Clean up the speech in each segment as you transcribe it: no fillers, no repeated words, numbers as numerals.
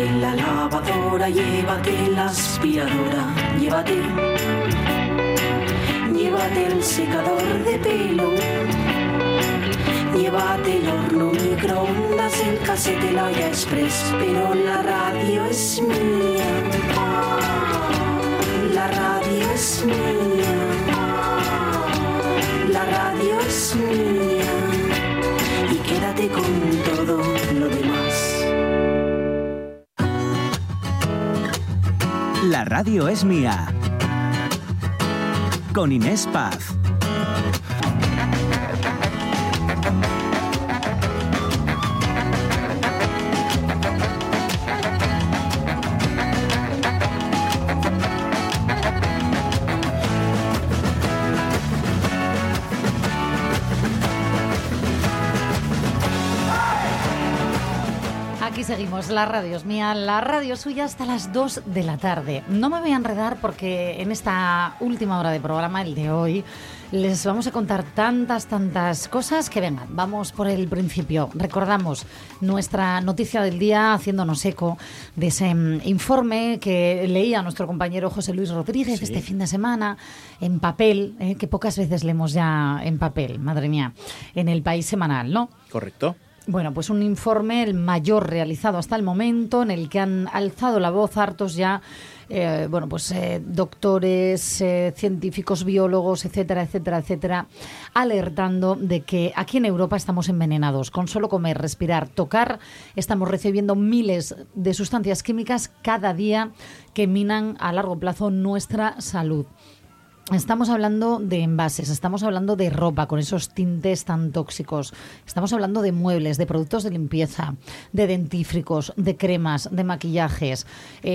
Llévate la lavadora, llévate la aspiradora, llévate el secador de pelo, llévate el horno, microondas, el cassette, el olla express, pero la radio es mía, la radio es mía, la radio es mía, y quédate con todo lo demás. La radio es mía. Con Inés Paz. Aquí seguimos, la radio es mía, la radio suya hasta las 2 de la tarde. No me voy a enredar porque en esta última hora de programa, el de hoy, les vamos a contar tantas cosas que vengan, vamos por el principio. Recordamos nuestra noticia del día haciéndonos eco de ese informe que leía nuestro compañero José Luis Rodríguez este fin de semana en papel, que pocas veces leemos ya en papel, madre mía, en El País Semanal, ¿no? Correcto. Bueno, pues un informe, el mayor realizado hasta el momento, en el que han alzado la voz hartos ya, doctores, científicos, biólogos, etcétera, alertando de que aquí en Europa estamos envenenados. Con solo comer, respirar, tocar, estamos recibiendo miles de sustancias químicas cada día que minan a largo plazo nuestra salud. Estamos hablando de envases, estamos hablando de ropa con esos tintes tan tóxicos, estamos hablando de muebles, de productos de limpieza, de dentífricos, de cremas, de maquillajes.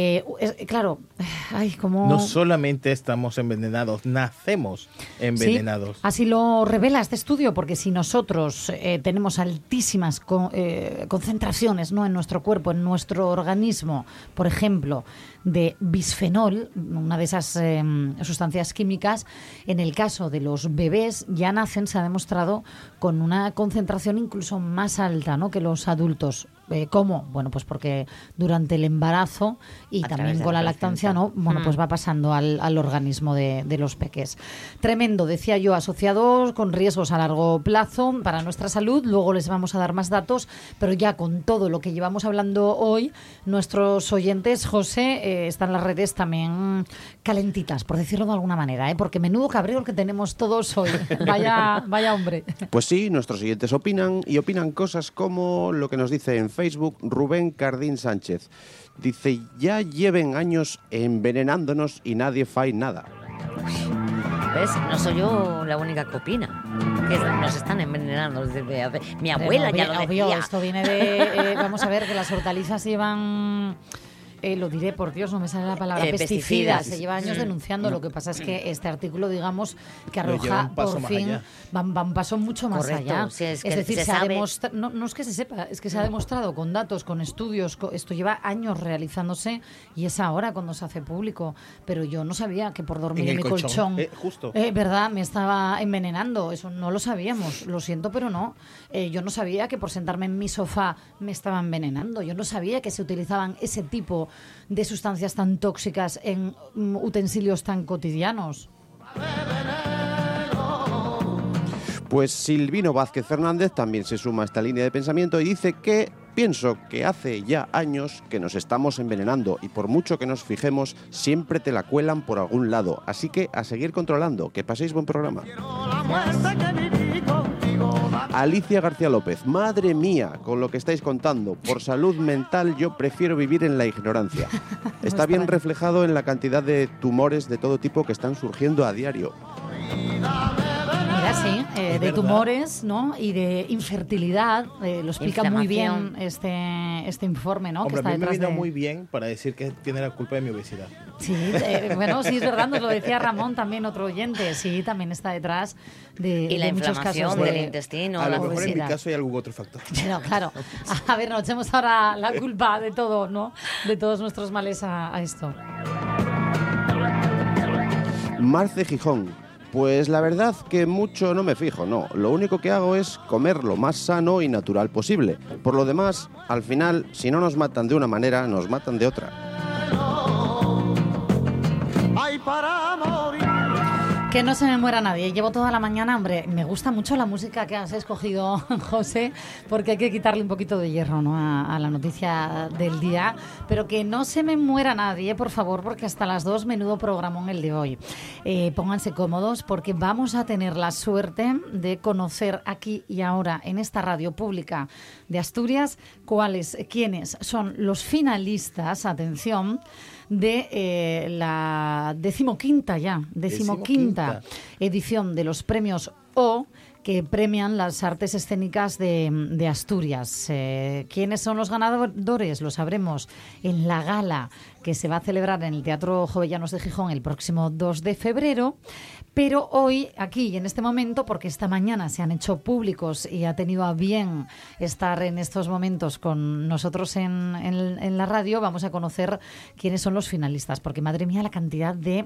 No solamente estamos envenenados, nacemos envenenados. Sí, así lo revela este estudio, porque si nosotros tenemos altísimas concentraciones, ¿no?, en nuestro cuerpo, en nuestro organismo, por ejemplo, de bisfenol, una de esas sustancias químicas, en el caso de los bebés ya nacen, se ha demostrado, con una concentración incluso más alta, ¿no?, que los adultos. ¿Cómo? Bueno, pues porque durante el embarazo y también con la lactancia, ¿no?, bueno, pues va pasando al organismo de los peques. Tremendo, decía yo, asociado con riesgos a largo plazo para nuestra salud. Luego les vamos a dar más datos, pero ya con todo lo que llevamos hablando hoy, nuestros oyentes, José, están las redes también calentitas, por decirlo de alguna manera, porque menudo cabreo el que tenemos todos hoy. Vaya hombre. Pues sí, nuestros oyentes opinan cosas como lo que nos dice en Facebook Rubén Cardín Sánchez. Dice, ya lleven años envenenándonos y nadie fai nada. ¿Ves? No soy yo la única que opina. Que nos están envenenando. Mi abuela ya lo decía. Esto viene de... vamos a ver, que las hortalizas llevan... lo diré, por Dios, no me sale la palabra, pesticidas. Se lleva años denunciando. Lo que pasa es que este artículo, digamos, que arroja por fin, va un paso mucho más allá. Sí, es decir, se ha demostrado, no es que se sepa, es que se ha demostrado con datos, con estudios, esto lleva años realizándose y es ahora cuando se hace público. Pero yo no sabía que por dormir en mi colchón, ¿verdad?, me estaba envenenando. Eso no lo sabíamos, lo siento, pero no. Yo no sabía que por sentarme en mi sofá me estaba envenenando. Yo no sabía que se utilizaban ese tipo de sustancias tan tóxicas en utensilios tan cotidianos. Pues Silvino Vázquez Fernández también se suma a esta línea de pensamiento y dice que pienso que hace ya años que nos estamos envenenando y por mucho que nos fijemos siempre te la cuelan por algún lado, así que a seguir controlando. Que paséis buen programa. Alicia García López, madre mía, con lo que estáis contando, por salud mental yo prefiero vivir en la ignorancia. Está bien reflejado en la cantidad de tumores de todo tipo que están surgiendo a diario. Mira, sí, de tumores, ¿no?, y de infertilidad, lo explica muy bien este informe, ¿no? Hombre, que está a mí me detrás vino muy bien para decir que tiene la culpa de mi obesidad. Sí, bueno, sí, es verdad, nos lo decía Ramón, también otro oyente, sí, también está detrás de muchos casos del intestino. A lo mejor obesidad. en mi caso hay algún otro factor. Pero claro, a ver, nos echemos ahora la culpa de todo, ¿no?, de todos nuestros males a esto. Marce Gijón, Pues la verdad que mucho no me fijo, no. Lo único que hago es comer lo más sano y natural posible. Por lo demás, al final, si no nos matan de una manera, nos matan de otra. Que no se me muera nadie. Llevo toda la mañana, hombre, me gusta mucho la música que has escogido, José, porque hay que quitarle un poquito de hierro, ¿no?, a la noticia del día. Pero que no se me muera nadie, por favor, porque hasta las 2, menudo programón el de hoy. Pónganse cómodos porque vamos a tener la suerte de conocer aquí y ahora en esta radio pública de Asturias quiénes son los finalistas, atención, de la decimoquinta edición de los premios O, que premian las artes escénicas de Asturias. ¿Quiénes son los ganadores? Lo sabremos en la gala que se va a celebrar en el Teatro Jovellanos de Gijón el próximo 2 de febrero. Pero hoy, aquí y en este momento, porque esta mañana se han hecho públicos y ha tenido a bien estar en estos momentos con nosotros en la radio, vamos a conocer quiénes son los finalistas. Porque, madre mía, la cantidad de,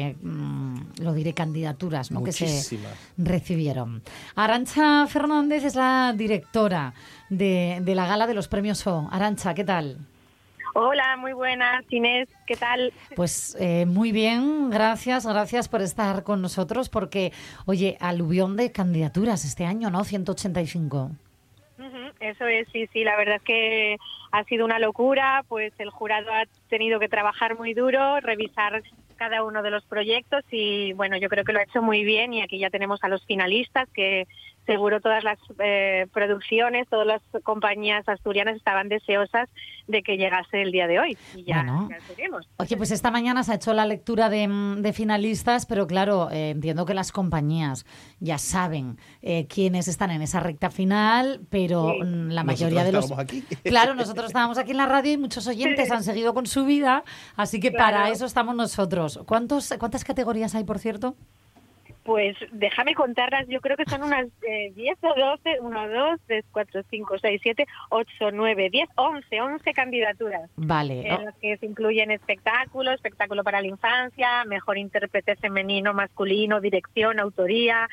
candidaturas, ¿no?, que se recibieron. Arantxa Fernández es la directora de la gala de los premios O. Arantxa, ¿qué tal? Hola, muy buenas, Inés, ¿qué tal? Pues muy bien, gracias por estar con nosotros, porque, oye, aluvión de candidaturas este año, ¿no? 185. Eso es, sí, la verdad es que ha sido una locura, pues el jurado ha tenido que trabajar muy duro, revisar cada uno de los proyectos y, bueno, yo creo que lo ha hecho muy bien y aquí ya tenemos a los finalistas que seguro todas las producciones, todas las compañías asturianas estaban deseosas de que llegase el día de hoy. Y ya, bueno, ya veremos. Oye, pues esta mañana se ha hecho la lectura de finalistas, pero claro, entiendo que las compañías ya saben quiénes están en esa recta final, pero Sí. La mayoría de los... Aquí. Claro, nosotros estábamos aquí en la radio y muchos oyentes han seguido con su vida, así que Claro. para eso estamos nosotros. ¿Cuántas categorías hay, por cierto? Pues déjame contarlas, yo creo que son unas 10 o 12, 1, 2, 3, 4, 5, 6, 7, 8, 9, 10, 11 candidaturas. Vale. En las que se incluyen espectáculo para la infancia, mejor intérprete femenino, masculino, dirección, autoría,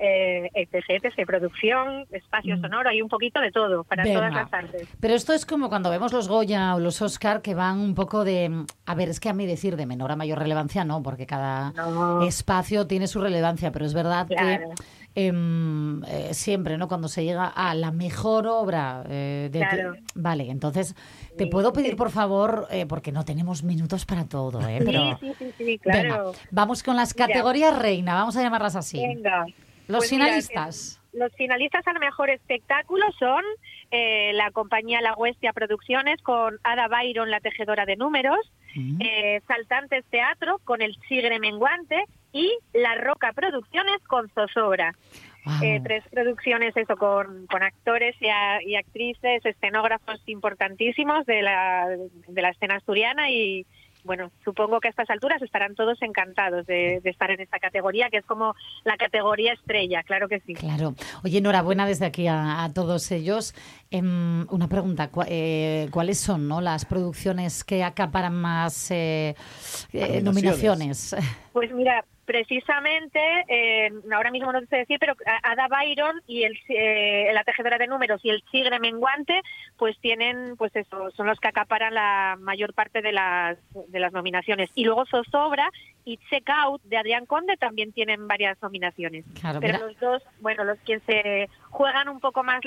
etc, producción, espacio sonoro, hay un poquito de todo para Venga. todas las artes. Pero esto es como cuando vemos los Goya o los Oscar, que van un poco de... A ver, es que a mí decir de menor a mayor relevancia no, porque cada No. espacio tiene su relevancia, pero es verdad Claro. que siempre, ¿no?, cuando se llega a la mejor obra Claro. Vale, entonces te puedo pedir, por favor, porque no tenemos minutos para todo, pero... Sí, claro. Venga, vamos con las categorías reina, vamos a llamarlas así. Venga. Los Pues mira, finalistas. los finalistas al mejor espectáculo son la compañía La Huestia Producciones con Ada Byron, la tejedora de números, Saltantes Teatro con El Tigre Menguante y La Roca Producciones con Zozobra. Wow. 3 producciones con actores y actrices, escenógrafos importantísimos de la escena asturiana y, bueno, supongo que a estas alturas estarán todos encantados de estar en esta categoría, que es como la categoría estrella, claro que sí. Claro. Oye, enhorabuena desde aquí a todos ellos. Una pregunta, ¿cuáles son, no, las producciones que acaparan más nominaciones? Pues mira, precisamente, ahora mismo no te sé decir, pero Ada Byron y la tejedora de números y El Tigre Menguante, pues tienen, pues eso, son los que acaparan la mayor parte de las nominaciones. Y luego Zozobra y Check Out de Adrián Conde también tienen varias nominaciones. Claro, pero mira. los dos, bueno, los que se juegan un poco más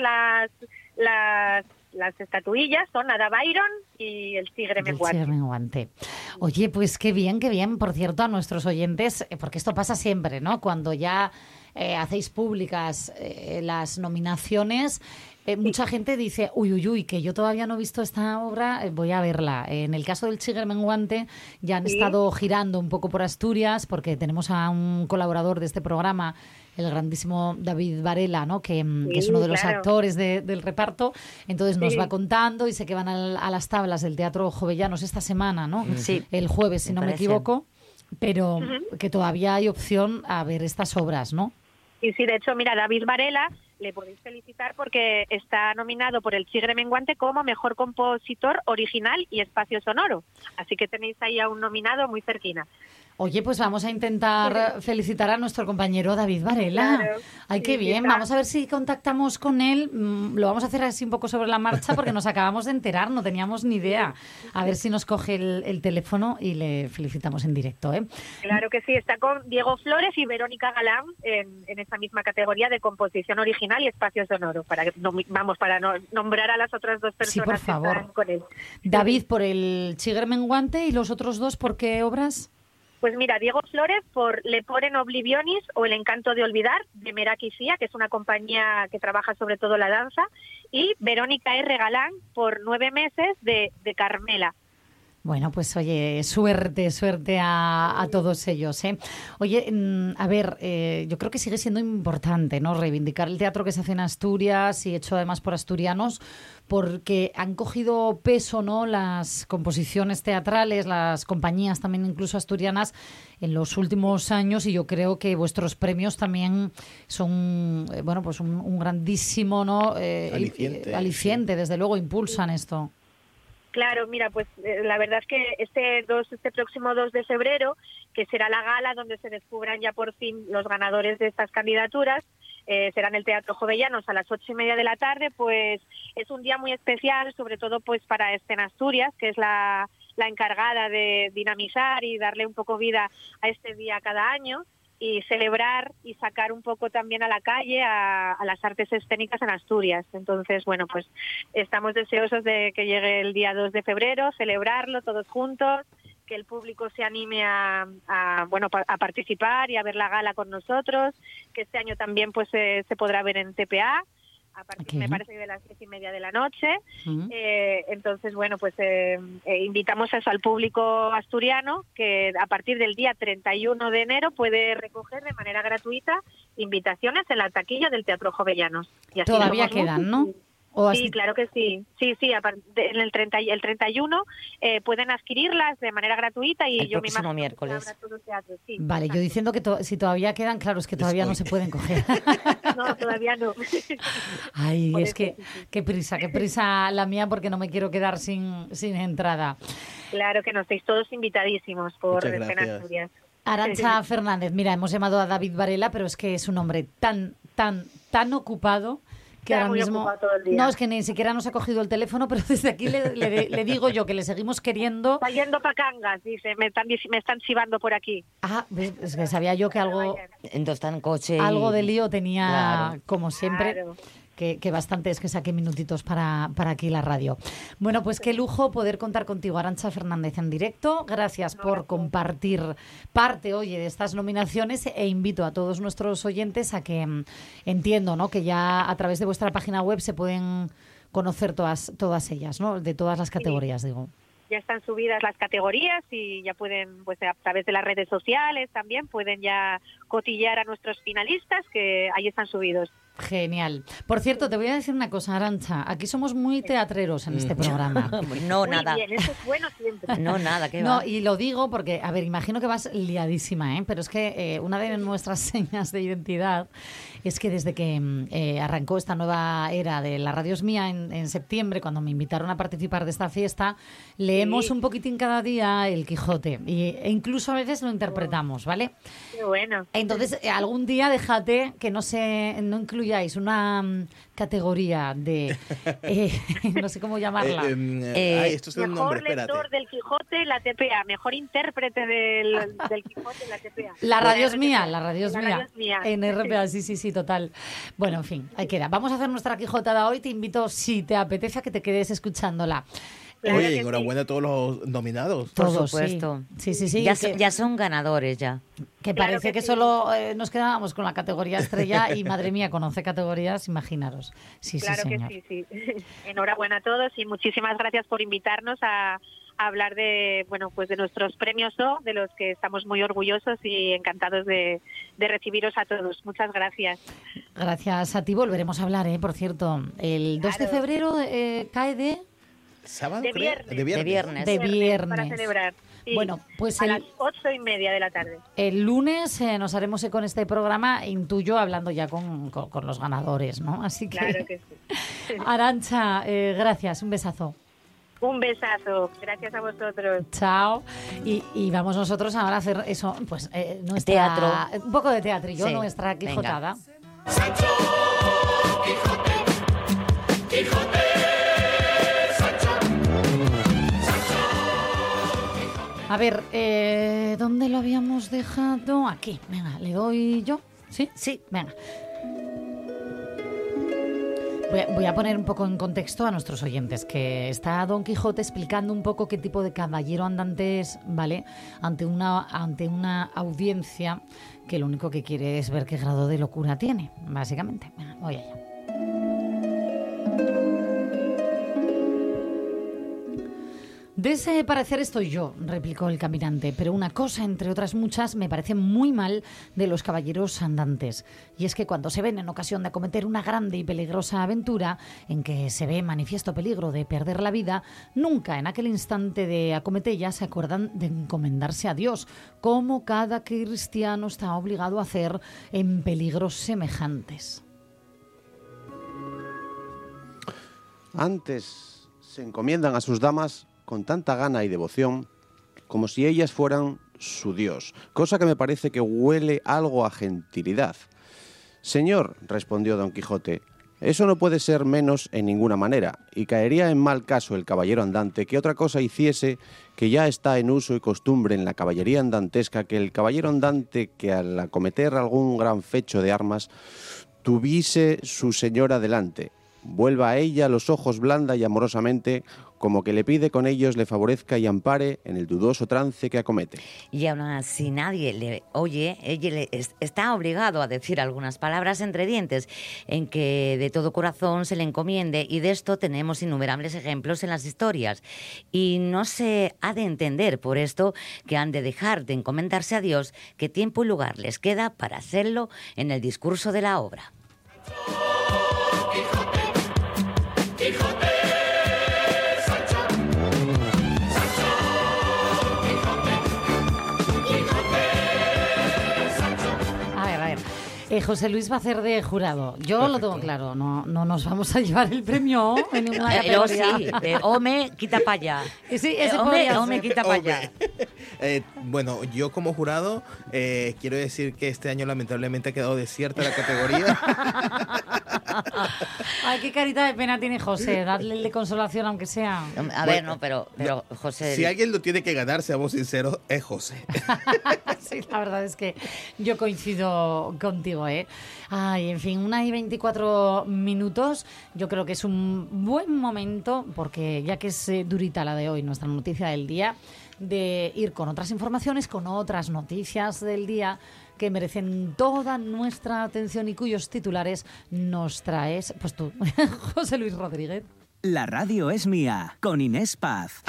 las estatuillas son Ada Byron y El Tigre Menguante. El Tigre Menguante. Oye, pues qué bien, qué bien. Por cierto, a nuestros oyentes, porque esto pasa siempre, ¿no? Cuando ya hacéis públicas las nominaciones, mucha gente dice, uy, que yo todavía no he visto esta obra, voy a verla. En el caso del Tigre Menguante ya han estado girando un poco por Asturias, porque tenemos a un colaborador de este programa, el grandísimo David Varela, ¿no?, que es uno de los actores del reparto. Entonces nos va contando y sé que van a las tablas del Teatro Jovellanos esta semana, ¿no? Sí. El jueves, si no me equivoco, pero que todavía hay opción a ver estas obras, ¿no? Y sí, de hecho, mira, David Varela, le podéis felicitar porque está nominado por El Tigre Menguante como Mejor Compositor Original y Espacio Sonoro. Así que tenéis ahí a un nominado muy cerquina. Oye, pues vamos a intentar felicitar a nuestro compañero David Varela. Claro. Ay, qué Sí, bien. está. Vamos a ver si contactamos con él. Lo vamos a hacer así un poco sobre la marcha porque nos acabamos de enterar, no teníamos ni idea. A ver si nos coge el teléfono y le felicitamos en directo, ¿eh? Claro que sí, está con Diego Flores y Verónica Galán en esa misma categoría de composición original y espacio sonoro, para nombrar a las otras dos Sí, personas por favor. que están con él. David por el Chigre Menguante y los otros dos, ¿por qué obras? Pues mira, Diego Flores por Le Poren Oblivionis o El Encanto de Olvidar, de Meraki Cia, que es una compañía que trabaja sobre todo la danza, y Verónica R. Galán por 9 meses de Carmela. Bueno, pues oye, suerte a todos ellos, ¿eh? Oye, a ver, yo creo que sigue siendo importante, ¿no? Reivindicar el teatro que se hace en Asturias y hecho además por asturianos, porque han cogido peso, ¿no? Las composiciones teatrales, las compañías también incluso asturianas en los últimos años, y yo creo que vuestros premios también son, bueno, pues un grandísimo, ¿no? Aliciente, desde luego, impulsan esto. Claro, mira, pues la verdad es que este próximo 2 de febrero, que será la gala donde se descubran ya por fin los ganadores de estas candidaturas, será en el Teatro Jovellanos a las 8:30 de la tarde, pues es un día muy especial, sobre todo pues para Escena Asturias, que es la encargada de dinamizar y darle un poco vida a este día cada año, y celebrar y sacar un poco también a la calle a las artes escénicas en Asturias. Entonces, bueno, pues estamos deseosos de que llegue el día 2 de febrero, celebrarlo todos juntos, que el público se anime a participar y a ver la gala con nosotros, que este año también pues se podrá ver en TPA, me parece que de las 10:30 de la noche. Entonces, bueno, pues invitamos a eso al público asturiano, que a partir del día 31 de enero puede recoger de manera gratuita invitaciones en la taquilla del Teatro Jovellanos. Y así Todavía quedan, ¿no? Sí, claro que sí. Sí, en el 31 pueden adquirirlas de manera gratuita y el yo me próximo imagino miércoles. que habrá todo teatro. Sí, Vale, exacto. yo diciendo que si todavía quedan, claro, es que todavía no se pueden coger. No, todavía no. Ay, Por es eso, que sí. qué prisa la mía, porque no me quiero quedar sin entrada. Claro que no, estáis todos invitadísimos por Muchas Escena gracias. Asturias. Arantxa Fernández, mira, hemos llamado a David Varela, pero es que es un hombre tan ocupado que Está ahora muy mismo... ocupado todo el día. No, es que ni siquiera nos ha cogido el teléfono, pero desde aquí le digo yo que le seguimos queriendo. Está yendo pa' Cangas, dice, me están chivando por aquí. Ah, ves, es que sabía yo que algo Entonces está en coche. algo de lío tenía, Claro. como siempre. Claro. Que bastante es que saqué minutitos para aquí la radio. Bueno, pues qué lujo poder contar contigo, Arantxa Fernández, en directo. Gracias por compartir parte, oye, de estas nominaciones, e invito a todos nuestros oyentes a que entiendo, ¿no?, que ya a través de vuestra página web se pueden conocer todas ellas, ¿no?, de todas las categorías, digo. Ya están subidas las categorías y ya pueden, pues a través de las redes sociales también, pueden ya cotillear a nuestros finalistas, que ahí están subidos. Genial. Por cierto, te voy a decir una cosa, Arantxa. Aquí somos muy teatreros en este programa. No, Muy nada. bien, eso es bueno siempre. No, nada, que No, va. y lo digo porque, a ver, imagino que vas liadísima, ¿eh? Pero es que una de nuestras señas de identidad es que desde que arrancó esta nueva era de La Radio es Mía en septiembre, cuando me invitaron a participar de esta fiesta, leemos un poquitín cada día El Quijote e incluso a veces lo interpretamos, ¿vale? Qué bueno. Entonces, algún día déjate que no incluyáis una categoría de, no sé cómo llamarla. Esto es un Mejor nombre, espérate. lector del Quijote, la TPA. Mejor intérprete del Quijote, la TPA. La radio es mía, la radio es La mía. radio es mía. En RPA, sí, total. Bueno, en fin, ahí queda. Vamos a hacer nuestra Quijotada hoy. Te invito, si te apetece, a que te quedes escuchándola. Claro Oye, que enhorabuena a todos los nominados. Por Todos, supuesto. Sí. Ya son ganadores ya. Que Claro parece que que sí. solo nos quedábamos con la categoría estrella y, madre mía, con 11 categorías, imaginaros. Sí, Claro que señor. sí. Enhorabuena a todos y muchísimas gracias por invitarnos a hablar de, bueno, pues de nuestros premios O, de los que estamos muy orgullosos y encantados de recibiros a todos. Muchas gracias. Gracias a ti. Volveremos a hablar, por cierto. El 2 de Claro. febrero cae de... ¿Sábado? De creo? viernes. De viernes. De viernes. De viernes. Para celebrar. Sí. Bueno, pues a las 8:30 de la tarde. el lunes nos haremos eco en este programa, intuyo, hablando ya con los ganadores, ¿no? Así que, Claro que sí. Arantxa, gracias, un besazo. Un besazo. Gracias a vosotros. Chao. Y vamos nosotros ahora a hacer eso, pues nuestra... Teatro. Un poco de teatrillo, Sí, nuestra quijotada. A ver, ¿dónde lo habíamos dejado? Aquí. Venga, ¿le doy yo? ¿Sí? Sí. Venga. Voy a poner un poco en contexto a nuestros oyentes, que está Don Quijote explicando un poco qué tipo de caballero andante es, ¿vale? Ante una audiencia que lo único que quiere es ver qué grado de locura tiene, básicamente. Venga, voy allá. De ese parecer estoy yo, replicó el caminante, pero una cosa, entre otras muchas, me parece muy mal de los caballeros andantes. Y es que cuando se ven en ocasión de acometer una grande y peligrosa aventura, en que se ve manifiesto peligro de perder la vida, nunca en aquel instante de acometella se acuerdan de encomendarse a Dios, como cada cristiano está obligado a hacer en peligros semejantes. Antes se encomiendan a sus damas con tanta gana y devoción como si ellas fueran su Dios, cosa que me parece que huele algo a gentilidad. Señor, respondió Don Quijote, eso no puede ser menos en ninguna manera, y caería en mal caso el caballero andante que otra cosa hiciese que ya está en uso y costumbre en la caballería andantesca, que el caballero andante que al acometer algún gran fecho de armas tuviese su señora delante, vuelva a ella los ojos blanda y amorosamente, como que le pide con ellos le favorezca y ampare en el dudoso trance que acomete. Y aún así nadie le oye, ella está obligado a decir algunas palabras entre dientes, en que de todo corazón se le encomiende, y de esto tenemos innumerables ejemplos en las historias. Y no se ha de entender por esto que han de dejar de encomendarse a Dios, que tiempo y lugar les queda para hacerlo en el discurso de la obra. José Luis va a hacer de jurado. Yo Perfecto. Lo tengo claro, no nos vamos a llevar el premio en ninguna categoría. Sí, home, quita para allá. Sí, ese home, quita para allá. Bueno, yo como jurado quiero decir que este año lamentablemente ha quedado desierta la categoría. Ay, qué carita de pena tiene José, dadle el de consolación aunque sea. A ver, no, pero José... Si alguien lo tiene que ganar, seamos sinceros, es José. Sí, la verdad es que yo coincido contigo, ¿eh? Ay, en fin, 1:24. Yo creo que es un buen momento, porque ya que es durita la de hoy, nuestra noticia del día, de ir con otras informaciones, con otras noticias del día que merecen toda nuestra atención y cuyos titulares nos traes, pues tú, José Luis Rodríguez. La radio es mía, con Inés Paz.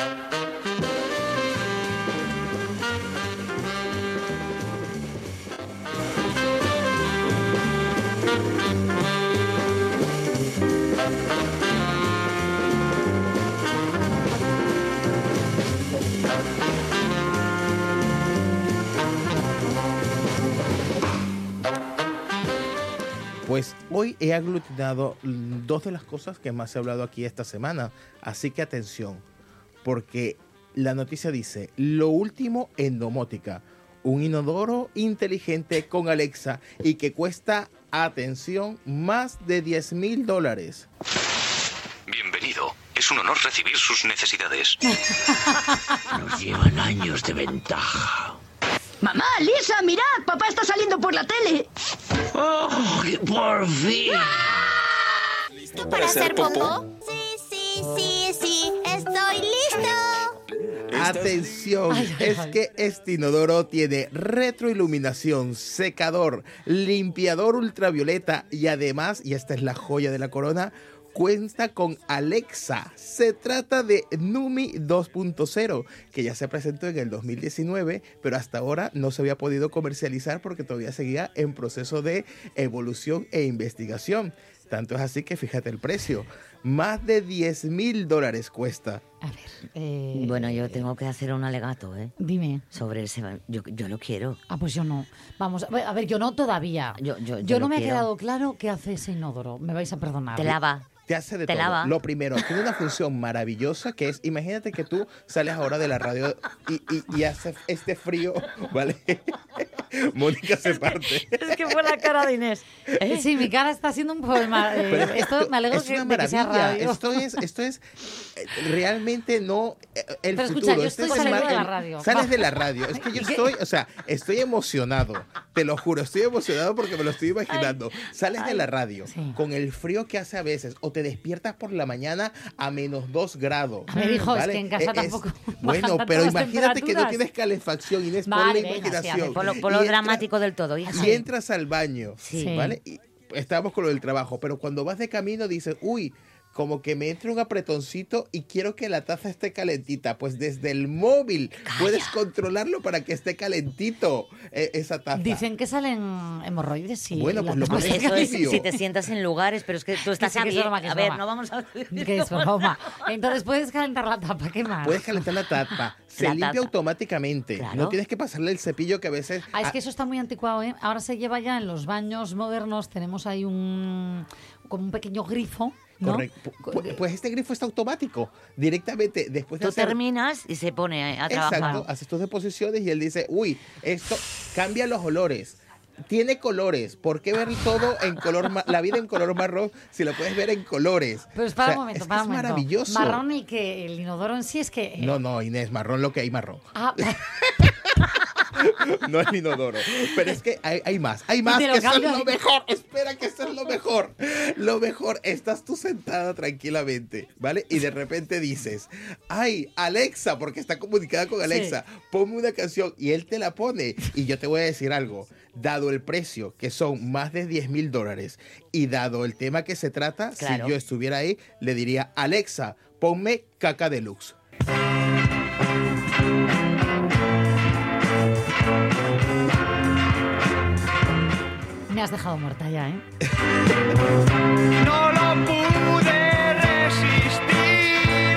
Pues hoy he aglutinado dos de las cosas que más he hablado aquí esta semana, así que atención, porque la noticia dice, lo último en domótica, un inodoro inteligente con Alexa y que cuesta, atención, más de $10,000. Bienvenido, es un honor recibir sus necesidades. Nos llevan años de ventaja. Mamá, Lisa, mirad, papá está saliendo por la tele. ¡Oh, por fin! ¿Listo para hacer popó? Sí, estoy listo. Atención, es que este inodoro tiene retroiluminación, secador, limpiador ultravioleta y además, y esta es la joya de la corona, cuenta con Alexa. Se trata de Numi 2.0, que ya se presentó en el 2019, pero hasta ahora no se había podido comercializar porque todavía seguía en proceso de evolución e investigación. Tanto es así que fíjate el precio. Más de $10,000 cuesta. A ver. Bueno, yo tengo que hacer un alegato, ¿eh? Dime. Sobre ese... Yo lo quiero. Ah, pues yo no. Vamos, a ver, yo no todavía. Yo no me ha quedado claro qué hace ese inodoro. Me vais a perdonar. Te lava. te hace de Te todo. lava. Lo primero, tiene una función maravillosa que es, imagínate que tú sales ahora de la radio y hace este frío, ¿vale? Mónica se parte. Es que fue la cara de Inés. Sí, mi cara está siendo un problema. Esto me alegro Es una de que sea maravilla. radio. Esto es realmente no el Pero futuro. escucha, yo Esto estoy es saliendo de la el- radio. Sales de la radio. Es que yo estoy emocionado. Te lo juro, estoy emocionado porque me lo estoy imaginando. Sales de la radio con el frío que hace a veces o te despiertas por la mañana a -2 grados. A ver, hijo, es ¿vale? que en casa tampoco Bueno, bajan pero tanto las imagínate que no temperaturas. tienes calefacción, Inés, Vale, por la venga, sí, imaginación. Por lo Y dramático del todo, hija. Y entras al baño, Sí. ¿vale? Y estamos con lo del trabajo, pero cuando vas de camino dices, uy, como que me entra un apretoncito y quiero que la taza esté calentita. Pues desde el móvil puedes controlarlo para que esté calentito esa taza. Dicen que salen hemorroides, sí. Bueno, pues lo tomas pones Eso es Cambio. si te sientas en lugares, pero es que tú estás Que sí, que es bien. broma, que es A ver, broma. no vamos a... Que es broma. Entonces puedes calentar la tapa, ¿qué más? Puedes calentar la tapa. Se La limpia taza. automáticamente. Claro. No tienes que pasarle el cepillo que a veces... Ah, es que eso está muy anticuado, ¿eh? Ahora se lleva ya en los baños modernos, tenemos ahí como un pequeño grifo, ¿no? Correcto. Pues este grifo está automático. Directamente después de Tú hacer... terminas y se pone a trabajar. Exacto, haces tus deposiciones y él dice, uy, esto cambia los olores. Tiene colores. ¿Por qué ver todo en color, la vida en color marrón si lo puedes ver en colores? Pues para O sea, un momento, es que para es un momento. maravilloso. Marrón el inodoro en sí es que... No, Inés, marrón lo que hay marrón. Ah, No el inodoro. Pero es que hay más. Hay más, te lo que eso es cambio lo ahí. mejor. Espera, que eso es lo mejor. Lo mejor, estás tú sentada tranquilamente, ¿vale? Y de repente dices, ay, Alexa, porque está comunicada con Alexa, ponme una canción y él te la pone. Y yo te voy a decir algo. Dado el precio, que son más de $10,000, y dado el tema que se trata, Claro. si yo estuviera ahí, le diría, Alexa, ponme Caca Deluxe. me has dejado muerta ya, ¿eh? No lo pude resistir,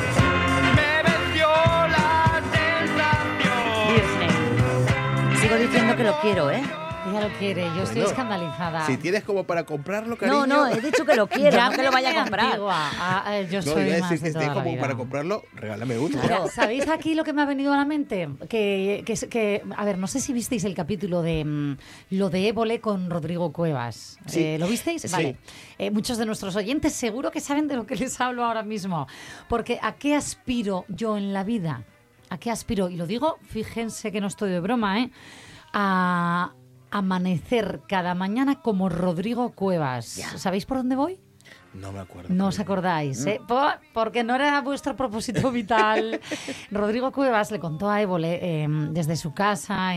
me venció la tentación. Disney. Sigo diciendo que lo quiero, ¿eh? Ella lo quiere, yo estoy Bueno, escandalizada. Si tienes como para comprarlo, cariño. No, he dicho que lo quiero, no que lo vaya a Llámeme comprar. antigua. Yo No, soy iba a más decir que de toda esté la como vida. para comprarlo, regálame uno. Mira, ¿sabéis aquí lo que me ha venido a la mente? Que a ver, no sé si visteis el capítulo de lo de Évole con Rodrigo Cuevas. Sí. ¿Lo visteis? Sí. Vale. Muchos de nuestros oyentes seguro que saben de lo que les hablo ahora mismo. Porque ¿a qué aspiro yo en la vida? ¿A qué aspiro? Y lo digo, fíjense que no estoy de broma, ¿eh? A amanecer cada mañana como Rodrigo Cuevas. Ya. ¿Sabéis por dónde voy? No me acuerdo. No os acordáis, ¿eh? Porque no era vuestro propósito vital. Rodrigo Cuevas le contó a Évole desde su casa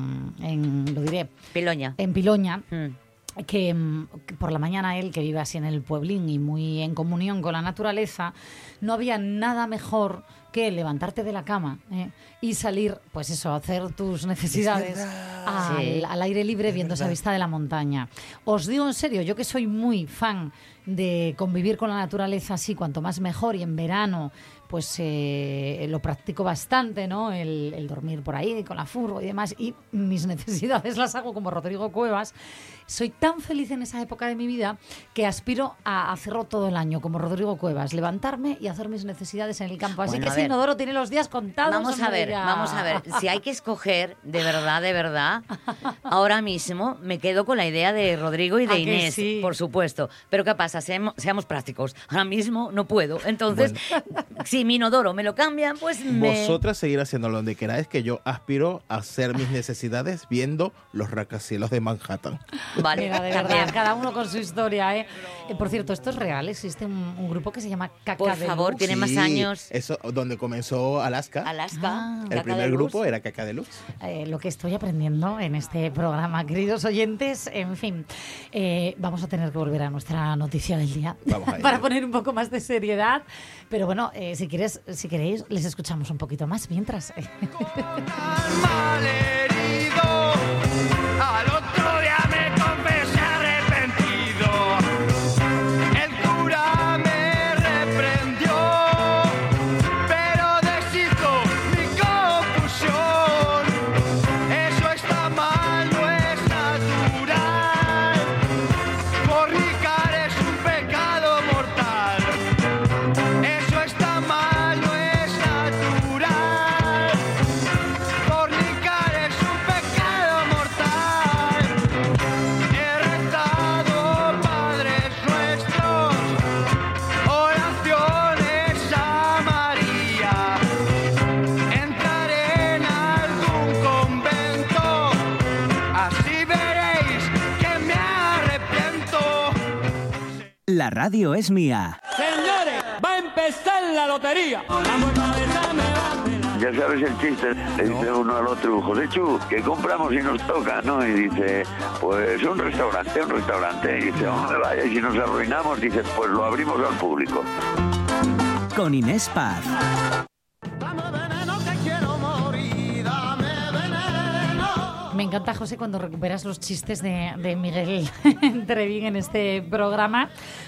lo diré, Piloña. en Piloña, Mm. que por la mañana él, que vive así en el pueblín y muy en comunión con la naturaleza, no había nada mejor que levantarte de la cama y salir, pues eso, a hacer tus necesidades Sí. al aire libre viendo esa vista de la montaña. Os digo en serio, yo que soy muy fan de convivir con la naturaleza así, cuanto más mejor, y en verano pues lo practico bastante, ¿no? El dormir por ahí con la furgo y demás, y mis necesidades las hago como Rodrigo Cuevas. Soy tan feliz en esa época de mi vida que aspiro a hacerlo todo el año, como Rodrigo Cuevas, levantarme y hacer mis necesidades en el campo. Así Bueno, que a ese ver. inodoro tiene los días contados. Vamos a hombre, ver, ya. vamos a ver. Si hay que escoger, de verdad, ahora mismo me quedo con la idea de Rodrigo y ¿A de que Inés, sí? por supuesto. Pero ¿qué pasa? Seamos prácticos. Ahora mismo no puedo. Entonces, si mi inodoro me lo cambian, pues Vosotras seguir haciendo donde queráis, que yo aspiro a hacer mis necesidades viendo los rascacielos de Manhattan. Vale, Mira, de también. verdad, cada uno con su historia, ¿eh? Por cierto, esto es real, existe un grupo que se llama Caca Por Deluxe. favor, tiene más Sí, años. Eso, donde comenzó Alaska. Alaska. El Caca primer Deluxe. grupo era Caca Deluxe. Lo que estoy aprendiendo en este programa, queridos oyentes, en fin, vamos a tener que volver a nuestra noticia del día Vamos a ello. para poner un poco más de seriedad, pero bueno, si queréis, les escuchamos un poquito más mientras. Malherido, al otro día me confesé arrepentido. El cura me reprendió, pero deshizo mi confusión. Eso está mal, no es natural. Fornicar es un pecado mortal. radio es mía. Señores, va a empezar la lotería. Ya sabes el chiste, le dice uno al otro, José Chu, ¿qué compramos y nos toca? ¿No? Y dice, pues un restaurante. Y dice, ¿dónde vaya? Y si nos arruinamos, dice, pues lo abrimos al público. Con Inés Paz. Me encanta, José, cuando recuperas los chistes de Miguel Trevín en este programa.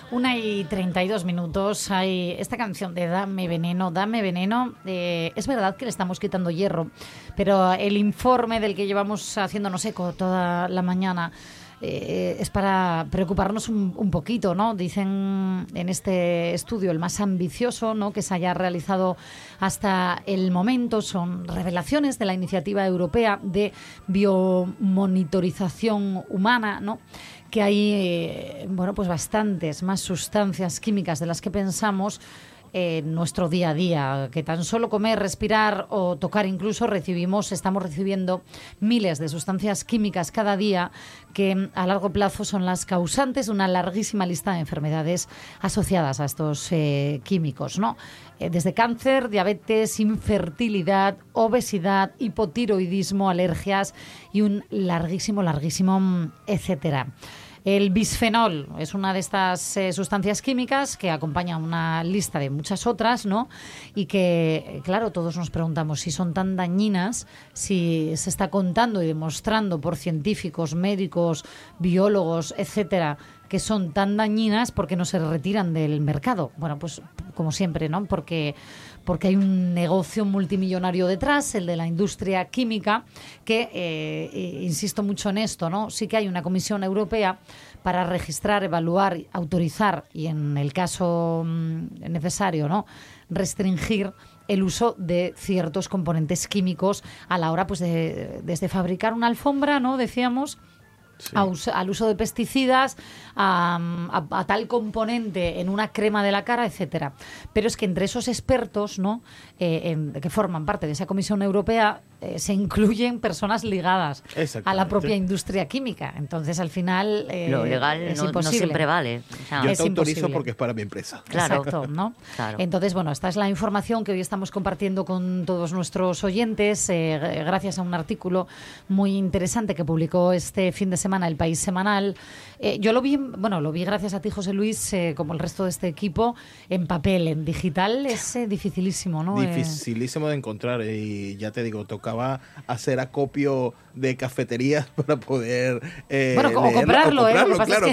1:32. Hay esta canción de Dame Veneno. Es verdad que le estamos quitando hierro, pero el informe del que llevamos haciéndonos eco toda la mañana es para preocuparnos un poquito, ¿no? Dicen en este estudio el más ambicioso, ¿no?, que se haya realizado hasta el momento. Son revelaciones de la iniciativa europea de biomonitorización humana, ¿no?, que hay pues bastantes más sustancias químicas de las que pensamos en nuestro día a día, que tan solo comer, respirar o tocar incluso estamos recibiendo miles de sustancias químicas cada día que a largo plazo son las causantes de una larguísima lista de enfermedades asociadas a estos químicos, ¿no? Desde cáncer, diabetes, infertilidad, obesidad, hipotiroidismo, alergias y un larguísimo etcétera. El bisfenol es una de estas sustancias químicas que acompaña una lista de muchas otras, ¿no? Y que, claro, todos nos preguntamos si son tan dañinas, si se está contando y demostrando por científicos, médicos, biólogos, etcétera, que son tan dañinas, ¿por qué no se retiran del mercado? Bueno, pues como siempre, ¿no? Porque hay un negocio multimillonario detrás, el de la industria química, que, insisto mucho en esto, ¿no? Sí que hay una Comisión Europea para registrar, evaluar, autorizar y, en el caso necesario, ¿no?, restringir el uso de ciertos componentes químicos a la hora, pues, desde fabricar una alfombra, ¿no?, decíamos, sí, al uso de pesticidas, a tal componente en una crema de la cara, etcétera. Pero es que entre esos expertos, ¿no?, que forman parte de esa Comisión Europea, se incluyen personas ligadas a la propia industria química. Entonces, al final, lo legal es no siempre vale. O sea, yo te autorizo porque es para mi empresa. Claro. Exacto, ¿no? Claro. Entonces, bueno, esta es la información que hoy estamos compartiendo con todos nuestros oyentes, gracias a un artículo muy interesante que publicó este fin de semana El País Semanal. Yo lo vi gracias a ti, José Luis, como el resto de este equipo, en papel. En digital es dificilísimo, ¿no? Dificilísimo de encontrar, y ya te digo, tocaba hacer acopio de cafeterías para poder o comprarlo, claro.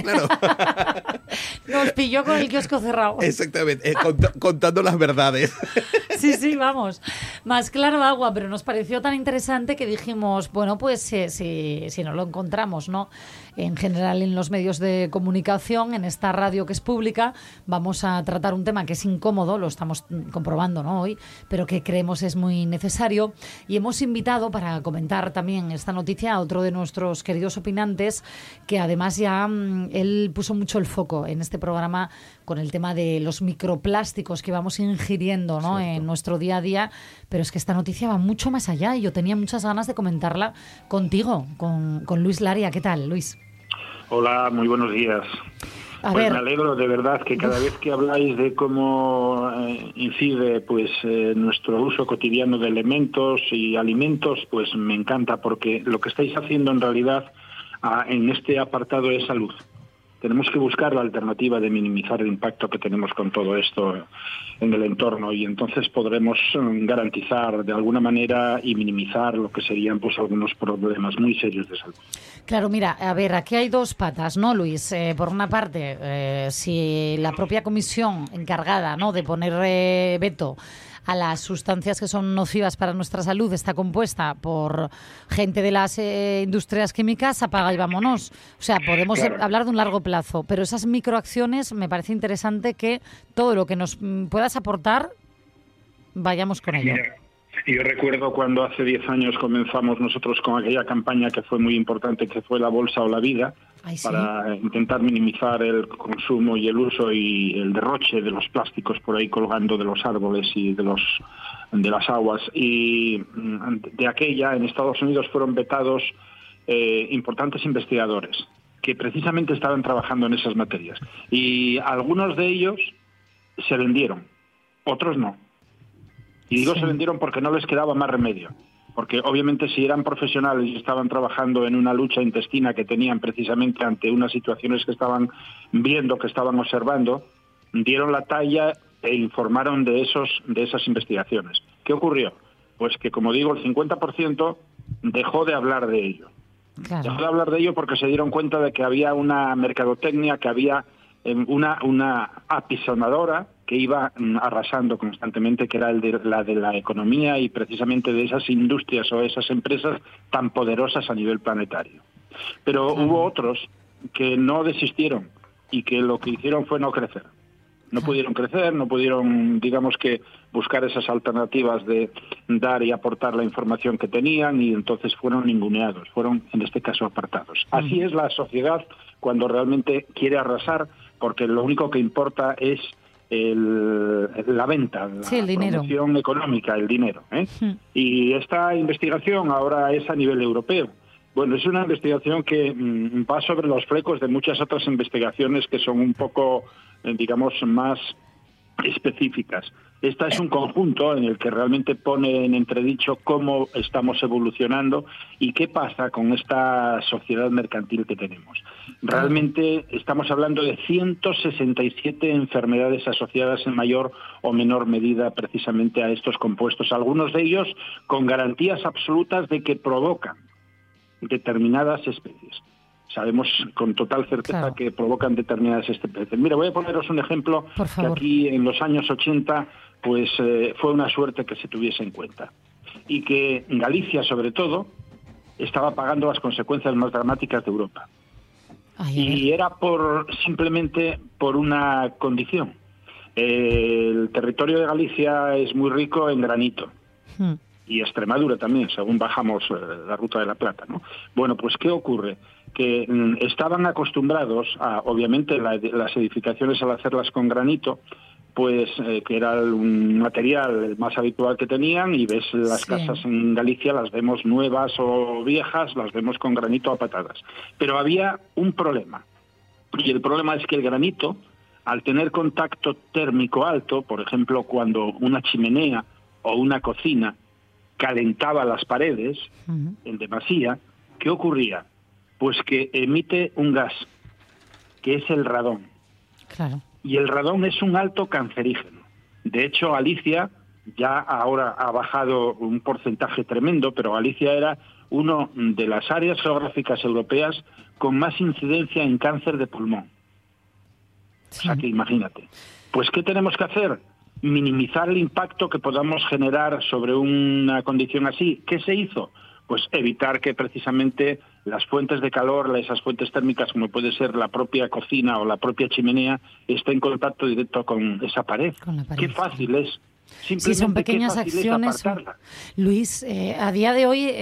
Nos pilló con el kiosco cerrado. Exactamente, contando las verdades. Sí, vamos, más claro agua, pero nos pareció tan interesante que dijimos, bueno, pues si no lo encontramos, ¿no?, en general en los medios de comunicación, en esta radio que es pública, vamos a tratar un tema que es incómodo, lo estamos comprobando, ¿no?, hoy, pero que creemos es muy necesario, y hemos invitado para comentar también esta noticia a otro de nuestros queridos opinantes, que además ya él puso mucho el foco en este programa con el tema de los microplásticos que vamos ingiriendo, ¿no?, en nuestro día a día, pero es que esta noticia va mucho más allá y yo tenía muchas ganas de comentarla contigo, con Luis Laria. ¿Qué tal, Luis? Hola, muy buenos días. Me alegro de verdad que cada vez que habláis de cómo incide nuestro uso cotidiano de elementos y alimentos, pues me encanta, porque lo que estáis haciendo en realidad en este apartado es salud. Tenemos que buscar la alternativa de minimizar el impacto que tenemos con todo esto en el entorno, y entonces podremos garantizar de alguna manera y minimizar lo que serían algunos problemas muy serios de salud. Claro, mira, a ver, aquí hay dos patas, ¿no, Luis? Por una parte, si la propia comisión encargada, ¿no?, de poner veto a las sustancias que son nocivas para nuestra salud está compuesta por gente de las industrias químicas, apaga y vámonos. O sea, podemos hablar de un largo plazo, pero esas microacciones me parece interesante que todo lo que nos puedas aportar, vayamos con ello. Yo recuerdo cuando hace 10 años comenzamos nosotros con aquella campaña que fue muy importante, que fue La Bolsa o la Vida, para intentar minimizar el consumo y el uso y el derroche de los plásticos por ahí colgando de los árboles y de las aguas. Y de aquella, en Estados Unidos fueron vetados importantes investigadores. que precisamente estaban trabajando en esas materias. Y algunos de ellos se vendieron, otros no. Y digo se vendieron porque no les quedaba más remedio. Porque obviamente si eran profesionales y estaban trabajando en una lucha intestina que tenían precisamente ante unas situaciones que estaban viendo, que estaban observando, dieron la talla e informaron de esas investigaciones. ¿Qué ocurrió? Pues que, como digo, el 50% dejó de hablar de ello. Claro. Dejó de hablar de ello porque se dieron cuenta de que había una mercadotecnia, que había una apisonadora que iba arrasando constantemente, que era la de la economía y precisamente de esas industrias o esas empresas tan poderosas a nivel planetario. Pero hubo otros que no desistieron y que lo que hicieron fue no crecer. No pudieron crecer, no pudieron, digamos que, buscar esas alternativas de dar y aportar la información que tenían, y entonces fueron ninguneados, fueron, en este caso, apartados. Así es la sociedad cuando realmente quiere arrasar, porque lo único que importa es la venta, la promoción económica, el dinero. Y esta investigación ahora es a nivel europeo. Bueno, es una investigación que va sobre los flecos de muchas otras investigaciones que son un poco, digamos, más específicas. Esta es un conjunto en el que realmente pone en entredicho cómo estamos evolucionando y qué pasa con esta sociedad mercantil que tenemos. Realmente estamos hablando de 167 enfermedades asociadas en mayor o menor medida precisamente a estos compuestos, algunos de ellos con garantías absolutas de que provocan determinadas especies. Sabemos con total certeza que provocan determinadas especies. Mira, voy a poneros un ejemplo que aquí en los años 80 pues fue una suerte que se tuviese en cuenta. Y que Galicia, sobre todo, estaba pagando las consecuencias más dramáticas de Europa. Y era simplemente por una condición. El territorio de Galicia es muy rico en granito. Y Extremadura también, según bajamos la Ruta de la Plata, ¿no? Bueno, pues ¿qué ocurre? Que estaban acostumbrados a, obviamente, las edificaciones al hacerlas con granito, pues que era un material más habitual que tenían, y ves las casas en Galicia, las vemos nuevas o viejas, las vemos con granito a patadas. Pero había un problema, y el problema es que el granito, al tener contacto térmico alto, por ejemplo, cuando una chimenea o una cocina calentaba las paredes en demasía, ¿qué ocurría? Pues que emite un gas, que es el radón. Claro. Y el radón es un alto cancerígeno. De hecho, Galicia ya ahora ha bajado un porcentaje tremendo, pero Galicia era una de las áreas geográficas europeas con más incidencia en cáncer de pulmón. O sea que imagínate. Pues, ¿qué tenemos que hacer? Minimizar el impacto que podamos generar sobre una condición así. ¿Qué se hizo? Pues evitar que precisamente las fuentes de calor, esas fuentes térmicas como puede ser la propia cocina o la propia chimenea, estén en contacto directo con esa pared. Qué fácil es. Sí, son pequeñas acciones. Luis, a día de hoy,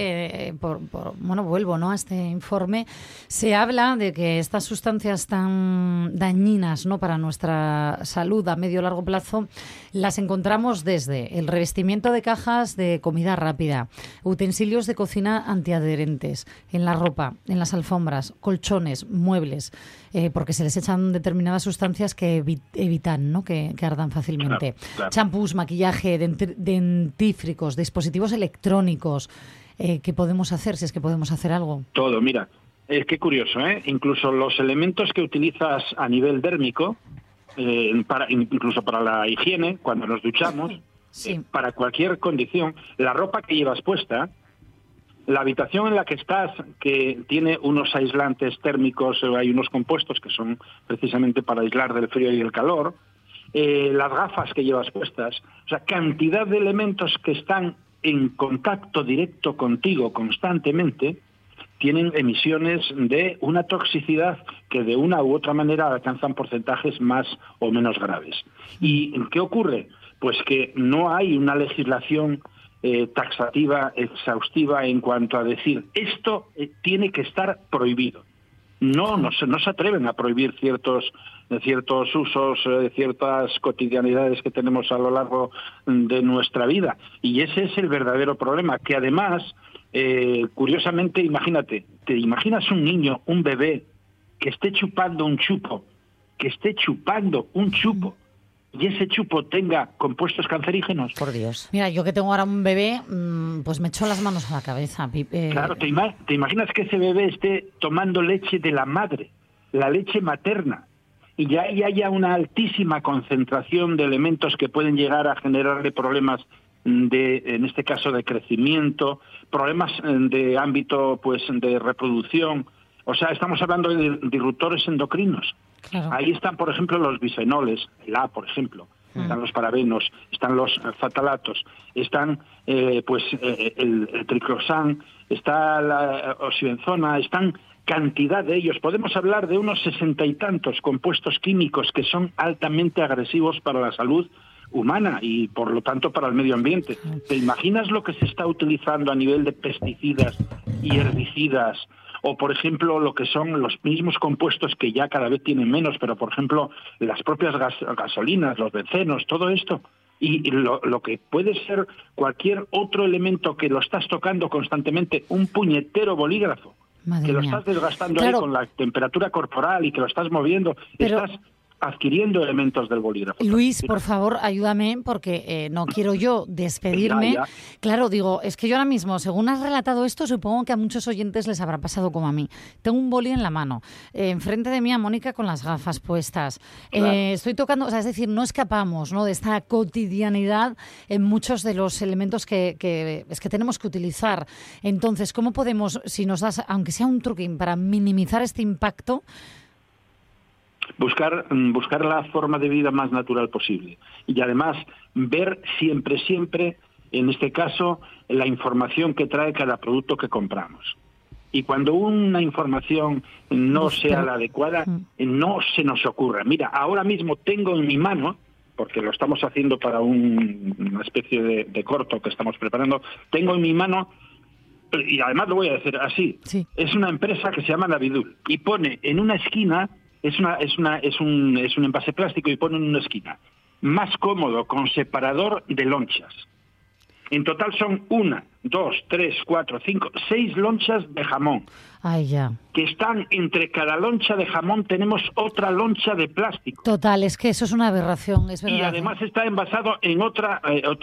vuelvo a este informe, se habla de que estas sustancias tan dañinas, ¿no?, para nuestra salud a medio o largo plazo, las encontramos desde el revestimiento de cajas de comida rápida, utensilios de cocina antiadherentes, en la ropa, en las alfombras, colchones, muebles, porque se les echan determinadas sustancias que evitan, ¿no?, que ardan fácilmente. Champús, maquillaje, dentífricos, dispositivos electrónicos. ¿Qué podemos hacer, si es que podemos hacer algo? Todo, mira, qué curioso, ¿eh? Incluso los elementos que utilizas a nivel dérmico, incluso para la higiene, cuando nos duchamos, para cualquier condición, la ropa que llevas puesta, la habitación en la que estás, que tiene unos aislantes térmicos, hay unos compuestos que son precisamente para aislar del frío y del calor, las gafas que llevas puestas, o sea, cantidad de elementos que están en contacto directo contigo constantemente, tienen emisiones de una toxicidad que de una u otra manera alcanzan porcentajes más o menos graves. ¿Y qué ocurre? Pues que no hay una legislación taxativa, exhaustiva en cuanto a decir esto tiene que estar prohibido. No se atreven a prohibir ciertos usos, ciertas cotidianidades que tenemos a lo largo de nuestra vida. Y ese es el verdadero problema, que además, curiosamente, imagínate, te imaginas un niño, un bebé, que esté chupando un chupo, y ese chupo tenga compuestos cancerígenos. Por Dios. Mira, yo que tengo ahora un bebé, pues me echo las manos a la cabeza. Claro, ¿te imaginas que ese bebé esté tomando leche de la madre, la leche materna, y ya ahí haya una altísima concentración de elementos que pueden llegar a generarle problemas en este caso de crecimiento, problemas de ámbito pues de reproducción? O sea, estamos hablando de disruptores endocrinos. Claro. Ahí están, por ejemplo, los bisfenoles, el A, por ejemplo, están los parabenos, están los fatalatos, están el triclosan, está la oxibenzona, están cantidad de ellos. Podemos hablar de unos 60 y tantos compuestos químicos que son altamente agresivos para la salud humana y, por lo tanto, para el medio ambiente. ¿Te imaginas lo que se está utilizando a nivel de pesticidas y herbicidas? O, por ejemplo, lo que son los mismos compuestos que ya cada vez tienen menos, pero, por ejemplo, las propias gasolinas, los bencenos, todo esto. Y lo que puede ser cualquier otro elemento que lo estás tocando constantemente, un puñetero bolígrafo, Madre que lo mía. Estás desgastando ahí con la temperatura corporal y que lo estás moviendo, estás adquiriendo elementos del bolígrafo. Luis, por favor, ayúdame, porque no quiero yo despedirme. Ya. Claro, digo, es que yo ahora mismo, según has relatado esto, supongo que a muchos oyentes les habrá pasado como a mí. Tengo un boli en la mano, enfrente de mí a Mónica con las gafas puestas. Claro. Estoy tocando, o sea, es decir, no escapamos, ¿no?, de esta cotidianidad en muchos de los elementos que tenemos que utilizar. Entonces, ¿cómo podemos, si nos das, aunque sea un truquín, para minimizar este impacto? Buscar la forma de vida más natural posible. Y además, ver siempre, en este caso, la información que trae cada producto que compramos. Y cuando una información no sea la adecuada, no se nos ocurra. Mira, ahora mismo tengo en mi mano, porque lo estamos haciendo para una especie de corto que estamos preparando, tengo en mi mano, y además lo voy a decir así, es una empresa que se llama Navidul, y pone en una esquina, es un envase plástico y pone en una esquina, más cómodo con separador de lonchas. En total son 1, 2, 3, 4, 5, 6 lonchas de jamón. Ay, ya. Que están entre cada loncha de jamón tenemos otra loncha de plástico. Total, es que eso es una aberración, es verdad. Y además está envasado en otro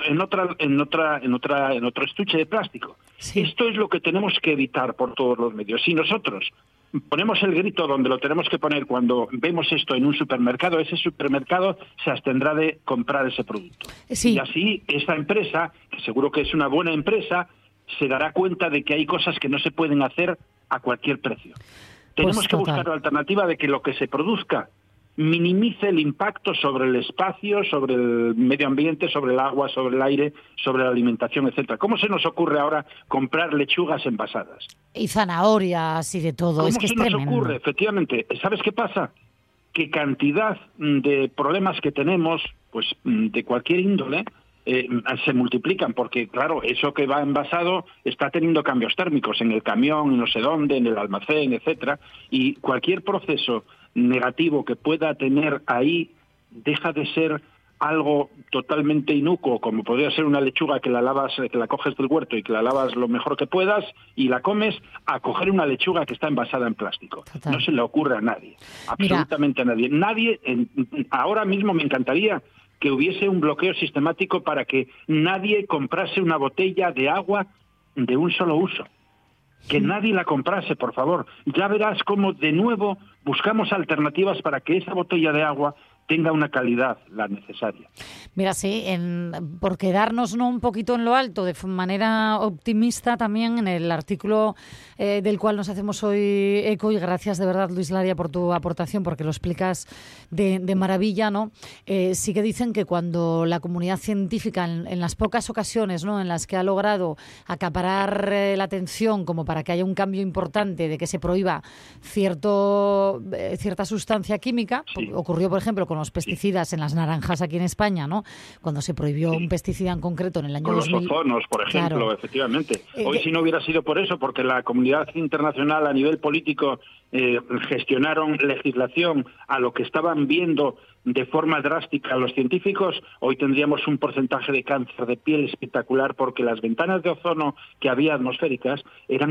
estuche de plástico. Sí. Esto es lo que tenemos que evitar por todos los medios. Si nosotros ponemos el grito donde lo tenemos que poner cuando vemos esto en un supermercado, ese supermercado se abstendrá de comprar ese producto. Sí. Y así esta empresa, que seguro que es una buena empresa, se dará cuenta de que hay cosas que no se pueden hacer a cualquier precio. Tenemos que buscar la alternativa de que lo que se produzca minimice el impacto sobre el espacio, sobre el medio ambiente, sobre el agua, sobre el aire, sobre la alimentación, etcétera. ¿Cómo se nos ocurre ahora comprar lechugas envasadas? Y zanahorias y de todo. ¿Cómo es que se nos ocurre? Efectivamente. ¿Sabes qué pasa? Que cantidad de problemas que tenemos, pues de cualquier índole, se multiplican, porque claro, eso que va envasado está teniendo cambios térmicos en el camión, en no sé dónde, en el almacén, etcétera, y cualquier proceso negativo que pueda tener ahí deja de ser algo totalmente inocuo, como podría ser una lechuga que la lavas, que la coges del huerto y que la lavas lo mejor que puedas y la comes, a coger una lechuga que está envasada en plástico. Total. No se le ocurre a nadie, absolutamente a nadie. Ahora mismo me encantaría que hubiese un bloqueo sistemático para que nadie comprase una botella de agua de un solo uso. Que nadie la comprase, por favor. Ya verás cómo de nuevo buscamos alternativas para que esa botella de agua tenga una calidad, la necesaria. Mira, sí, por quedarnos un poquito en lo alto, de manera optimista también, en el artículo del cual nos hacemos hoy eco, y gracias de verdad, Luis Laria, por tu aportación, porque lo explicas de maravilla, ¿no? Sí que dicen que cuando la comunidad científica, en las pocas ocasiones, ¿no?, en las que ha logrado acaparar la atención como para que haya un cambio importante de que se prohíba cierta sustancia química, ocurrió, por ejemplo, con los pesticidas en las naranjas aquí en España, ¿no?, cuando se prohibió un pesticida en concreto en el año 2000. Con los ozonos, por ejemplo, claro. Efectivamente. Hoy si no hubiera sido por eso, porque la comunidad internacional a nivel político gestionaron legislación a lo que estaban viendo de forma drástica los científicos, hoy tendríamos un porcentaje de cáncer de piel espectacular, porque las ventanas de ozono que había atmosféricas eran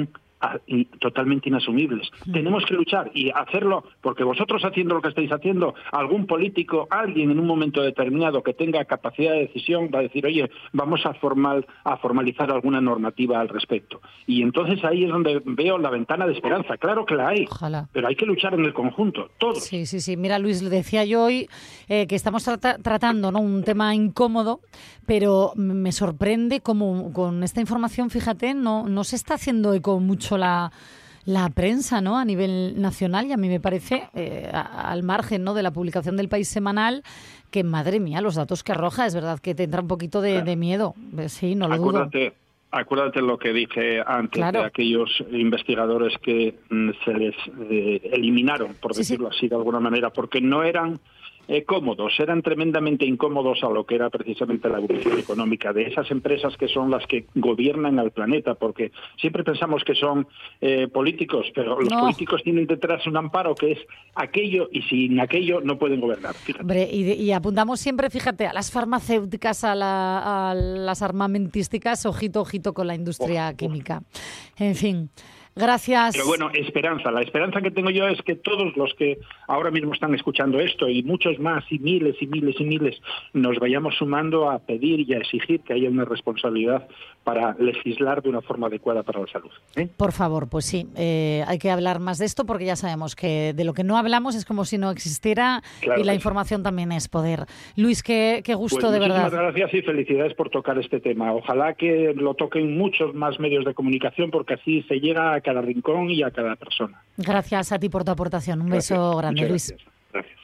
totalmente inasumibles. Tenemos que luchar y hacerlo, porque vosotros haciendo lo que estáis haciendo, algún político, alguien en un momento determinado que tenga capacidad de decisión va a decir, oye, vamos a formalizar alguna normativa al respecto. Y entonces ahí es donde veo la ventana de esperanza. Claro que la hay, ojalá, pero hay que luchar en el conjunto, todos. Sí. Mira, Luis, le decía yo hoy que estamos tratando, ¿no?, un tema incómodo, pero me sorprende cómo con esta información, fíjate, no se está haciendo eco mucho la prensa, ¿no?, a nivel nacional, y a mí me parece, al margen, ¿no?, de la publicación del País semanal, que madre mía, los datos que arroja, es verdad que te entra un poquito de miedo. Sí, no lo dudo. Acuérdate lo que dije antes, claro, de aquellos investigadores que se les eliminaron, por decirlo así de alguna manera, porque no eran cómodos, eran tremendamente incómodos a lo que era precisamente la evolución económica de esas empresas que son las que gobiernan al planeta, porque siempre pensamos que son políticos, pero los políticos tienen detrás un amparo que es aquello, y sin aquello no pueden gobernar. Fíjate. Hombre, y apuntamos siempre, fíjate, a las farmacéuticas, a las armamentísticas, ojito con la industria química. En fin. Gracias. Pero bueno, la esperanza que tengo yo es que todos los que ahora mismo están escuchando esto, y muchos más, y miles, nos vayamos sumando a pedir y a exigir que haya una responsabilidad para legislar de una forma adecuada para la salud. Por favor, pues sí, hay que hablar más de esto, porque ya sabemos que de lo que no hablamos es como si no existiera, claro, y la información también es poder. Luis, qué gusto, pues, de verdad. Muchísimas gracias y felicidades por tocar este tema. Ojalá que lo toquen muchos más medios de comunicación, porque así se llega a cada rincón y a cada persona. Gracias a ti por tu aportación. Un beso grande, muchas Luis. Gracias.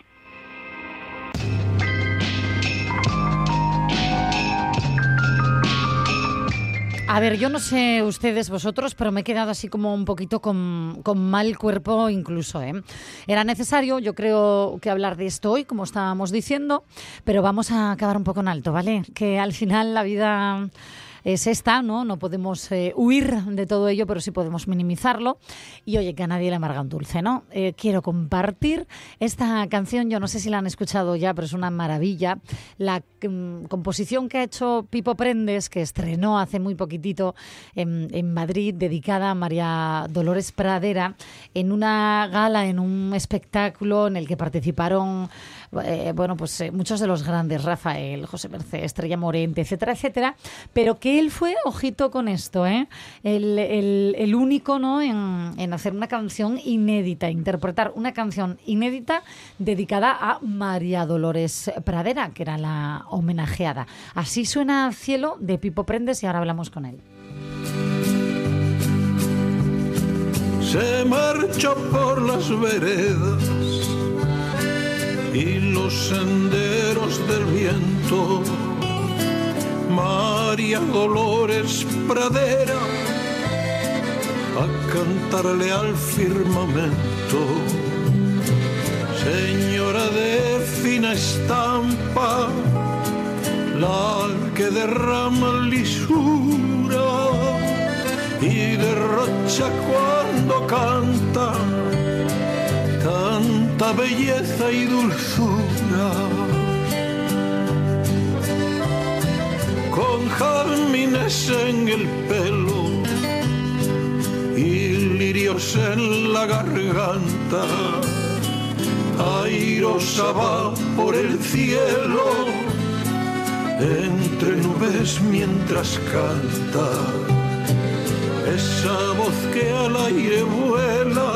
A ver, yo no sé ustedes, vosotros, pero me he quedado así como un poquito con mal cuerpo incluso, ¿eh? Era necesario, yo creo, que hablar de esto hoy, como estábamos diciendo, pero vamos a acabar un poco en alto, ¿vale? Que al final la vida es esta, ¿no? No podemos huir de todo ello, pero sí podemos minimizarlo. Y oye, que a nadie le amarga un dulce, ¿no? Quiero compartir esta canción, yo no sé si la han escuchado ya, pero es una maravilla. La composición que ha hecho Pipo Prendes, que estrenó hace muy poquitito en Madrid, dedicada a María Dolores Pradera, en una gala, en un espectáculo en el que participaron muchos de los grandes, Rafael, José Mercé, Estrella Morente, etcétera, etcétera, pero que él fue, ojito con esto, el único, ¿no?, en hacer una canción inédita, interpretar una canción inédita dedicada a María Dolores Pradera, que era la homenajeada. Así suena Cielo, de Pipo Prendes, y ahora hablamos con él. Se marchó por las veredas y los senderos del viento, María Dolores Pradera, a cantarle al firmamento. Señora de fina estampa, la que derrama lisura y derrocha cuando canta tanta belleza y dulzura. Con jazmines en el pelo y lirios en la garganta, airosa va por el cielo entre nubes mientras canta. Esa voz que al aire vuela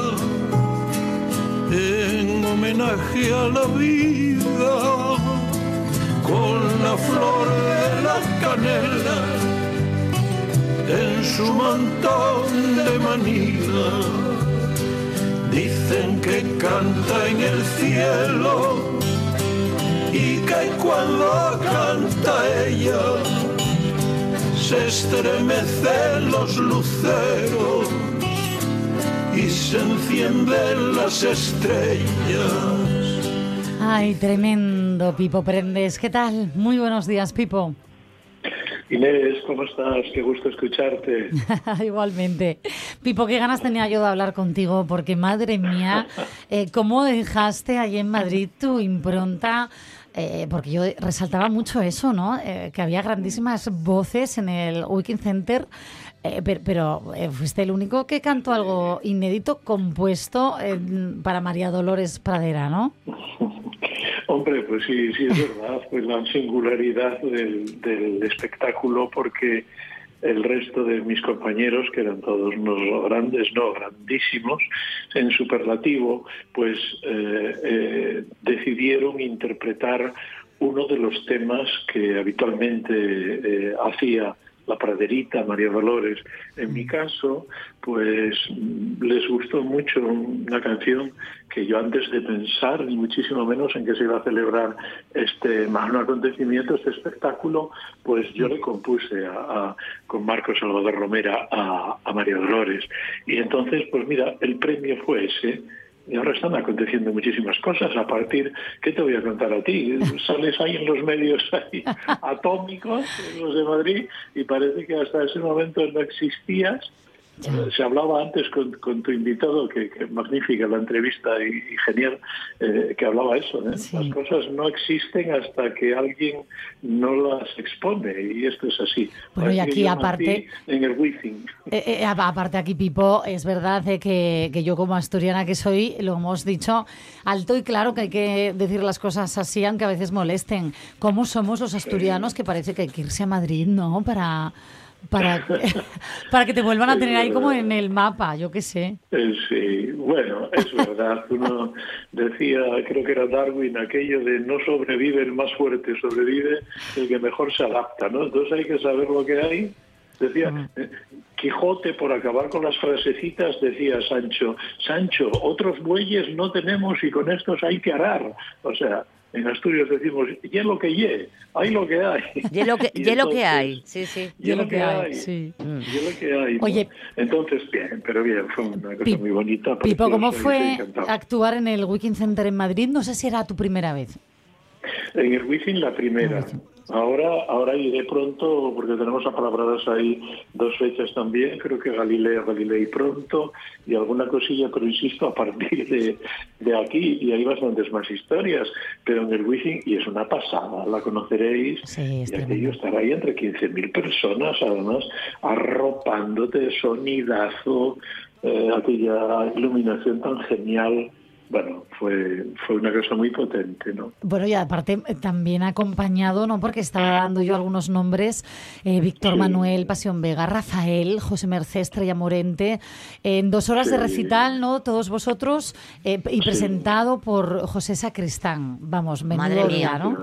en homenaje a la vida, con la flor de la canela en su mantón de Manila. Dicen que canta en el cielo y que cuando canta ella se estremecen los luceros y se encienden las estrellas. Ay, tremendo, Pipo Prendes. ¿Qué tal? Muy buenos días, Pipo. Inés, ¿cómo estás? Qué gusto escucharte. Igualmente. Pipo, qué ganas tenía yo de hablar contigo, porque madre mía, cómo dejaste allí en Madrid tu impronta porque yo resaltaba mucho eso, ¿no? Que había grandísimas voces en el Wiking Center, pero fuiste el único que cantó algo inédito compuesto para María Dolores Pradera, ¿no? Hombre, pues sí, es verdad, pues la singularidad del espectáculo, porque el resto de mis compañeros, que eran todos unos grandes, no grandísimos, en superlativo, pues decidieron interpretar uno de los temas que habitualmente hacía la Praderita, María Dolores. En mi caso, pues les gustó mucho una canción que yo, antes de pensar, ni muchísimo menos en que se iba a celebrar este magno acontecimiento, este espectáculo, pues yo le compuse con Marcos Salvador Romera a María Dolores. Y entonces, pues mira, el premio fue ese. Y ahora están aconteciendo muchísimas cosas. A partir, ¿qué te voy a contar a ti? Sales ahí en los medios ahí, atómicos, los de Madrid, y parece que hasta ese momento no existías. Se hablaba antes con tu invitado, que magnífica la entrevista y genial, que hablaba eso, ¿eh? Sí. Las cosas no existen hasta que alguien no las expone, y esto es así. Bueno, y aquí aparte, en el Wiking. Aparte aquí, Pipo, es verdad que yo, como asturiana que soy, lo hemos dicho alto y claro, que hay que decir las cosas así, aunque a veces molesten. ¿Cómo somos los asturianos, que parece que hay que irse a Madrid, ¿no? Para que te vuelvan a tener ahí como en el mapa, yo qué sé. Sí, bueno, es verdad. Uno decía, creo que era Darwin, aquello de no sobrevive el más fuerte, sobrevive el que mejor se adapta, ¿no? Entonces hay que saber lo que hay. Decía Quijote, por acabar con las frasecitas, decía Sancho, otros bueyes no tenemos y con estos hay que arar. O sea, en Asturias decimos, ye lo que ye, hay lo que hay. Ye lo que hay, sí. Ye lo que hay, sí. Ye lo que hay. Oye, ¿no? Entonces, bien, fue una cosa muy bonita. Pipo, ¿cómo fue actuar en el Wiking Center en Madrid? No sé si era tu primera vez. En el Wiking la primera. Ahora iré pronto, porque tenemos apalabradas ahí 2 fechas también, creo que Galilei pronto y alguna cosilla, pero insisto, a partir de aquí, y hay bastantes más historias, pero en el Wiking, y es una pasada, la conoceréis, y aquello estará ahí entre 15.000 personas, además, arropándote, sonidazo, aquella iluminación tan genial. Bueno, fue una cosa muy potente, ¿no? Bueno, y aparte también acompañado, ¿no? Porque estaba dando yo algunos nombres, Víctor Manuel, Pasión Vega, Rafael, José Mercé, Estrella Morente, en 2 horas de recital, ¿no? Todos vosotros, y presentado por José Sacristán. Vamos, menudo día, ¿no?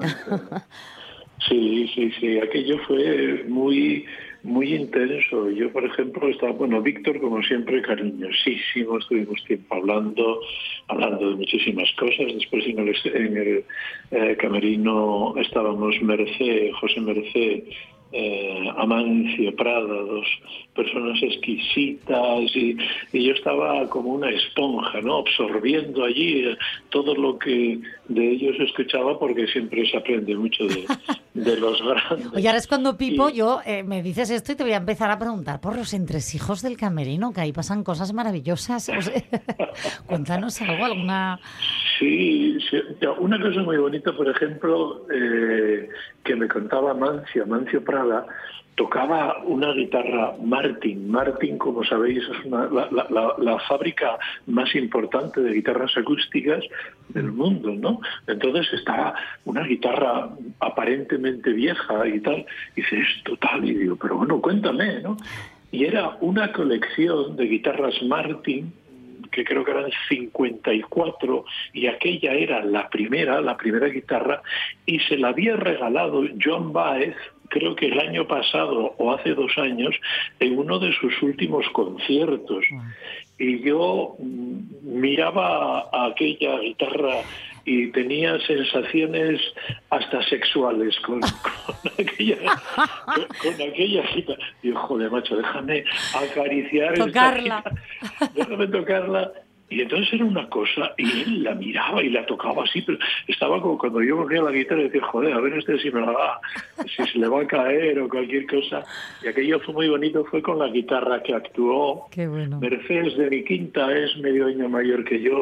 Sí, aquello fue muy intenso. Yo, por ejemplo, estaba, Víctor, como siempre, cariñosísimo, estuvimos tiempo hablando de muchísimas cosas. Después en el camerino estábamos José Mercé, Amancio Prada, 2 personas exquisitas, y yo estaba como una esponja, ¿no? Absorbiendo allí todo lo que de ellos escuchaba, porque siempre se aprende mucho de los grandes. Oye, ahora es cuando, Pipo, me dices esto y te voy a empezar a preguntar por los entresijos del camerino, que ahí pasan cosas maravillosas. O sea, cuéntanos algo, alguna... Sí, una cosa muy bonita, por ejemplo, que me contaba Amancio Prada, tocaba una guitarra Martin. Martin, como sabéis, es la fábrica más importante de guitarras acústicas del mundo, ¿no? Entonces estaba una guitarra aparentemente vieja y tal, y dice, esto tal, y digo, pero bueno, cuéntame, ¿no? Y era una colección de guitarras Martin, que creo que eran 54, y aquella era la primera guitarra, y se la había regalado Joan Baez, creo que el año pasado o hace 2 años, en uno de sus últimos conciertos. Y yo miraba a aquella guitarra y tenía sensaciones hasta sexuales con aquella guitarra. Digo, joder, macho, déjame acariciar tocarla. Déjame tocarla. Y entonces era una cosa, y él la miraba y la tocaba así, pero estaba como cuando yo cogía la guitarra y decía, joder, a ver si me la va, si se le va a caer o cualquier cosa. Y aquello fue muy bonito, fue con la guitarra que actuó. Qué bueno. Mercedes de mi quinta, es medio año mayor que yo,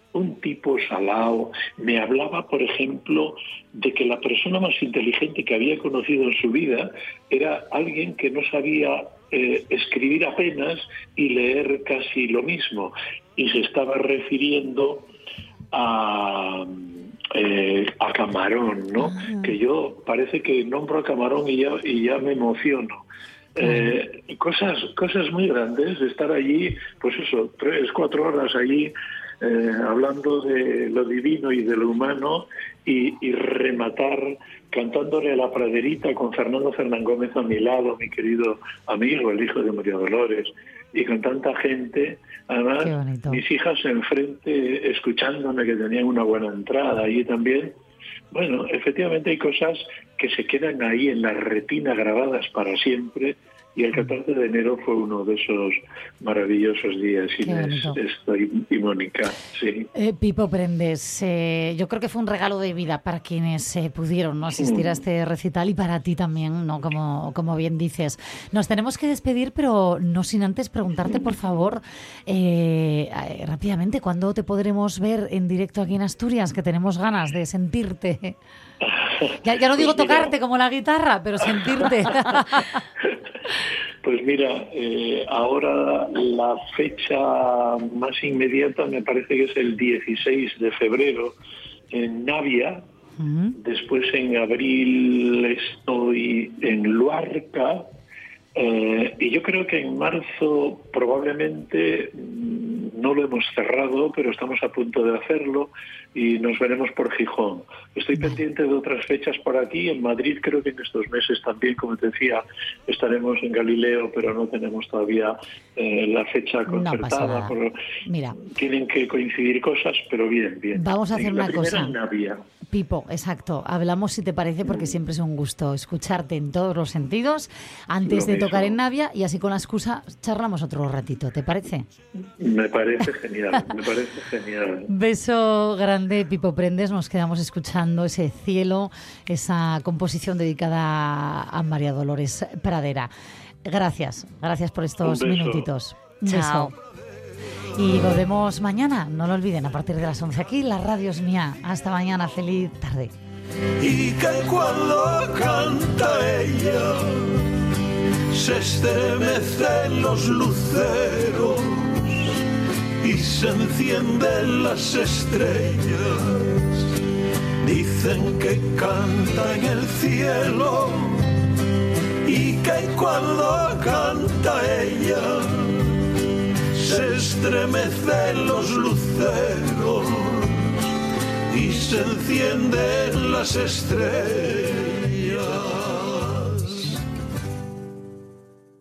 un tipo salao. Me hablaba, por ejemplo, de que la persona más inteligente que había conocido en su vida era alguien que no sabía escribir apenas y leer casi lo mismo. Y se estaba refiriendo a Camarón, ¿no? Que yo parece que nombro a Camarón y ya me emociono. Cosas muy grandes, de estar allí, pues eso, 3-4 horas allí hablando de lo divino y de lo humano y rematar cantándole a la praderita con Fernando Fernán Gómez a mi lado, mi querido amigo, el hijo de María Dolores, y con tanta gente, además mis hijas enfrente escuchándome, que tenían una buena entrada allí también. Bueno, efectivamente hay cosas que se quedan ahí en la retina grabadas para siempre, y el 14 de enero fue uno de esos maravillosos días, Inés y Mónica. Sí. Pipo Prendes, yo creo que fue un regalo de vida para quienes pudieron, ¿no?, asistir a este recital, y para ti también, ¿no?, como bien dices. Nos tenemos que despedir, pero no sin antes preguntarte, por favor, rápidamente, ¿cuándo te podremos ver en directo aquí en Asturias? Que tenemos ganas de sentirte. Ya no digo pues tocarte como la guitarra, pero sentirte. Pues mira, ahora la fecha más inmediata me parece que es el 16 de febrero en Navia. Después en abril estoy en Luarca. Y yo creo que en marzo probablemente, no lo hemos cerrado, pero estamos a punto de hacerlo, y nos veremos por Gijón. Estoy pendiente de otras fechas por aquí. En Madrid creo que en estos meses también, como te decía, estaremos en Galileo, pero no tenemos todavía la fecha concertada. Mira, tienen que coincidir cosas, pero bien. Vamos a hacer una cosa. Navia. Pipo, exacto. Hablamos, si te parece, porque siempre es un gusto escucharte en todos los sentidos antes de tocar en Navia, y así con la excusa charlamos otro ratito. ¿Te parece? Me parece genial, Beso grande, Pipo Prendes. Nos quedamos escuchando ese cielo, esa composición dedicada a María Dolores Pradera. Gracias por estos minutitos. Chao. Y volvemos mañana, no lo olviden, a partir de las 11 aquí, la radio es mía. Hasta mañana, feliz tarde. Y que cuando canta ella se estremecen los luceros y se encienden las estrellas. Dicen que canta en el cielo y que cuando canta ella se estremecen los luceros y se encienden las estrellas.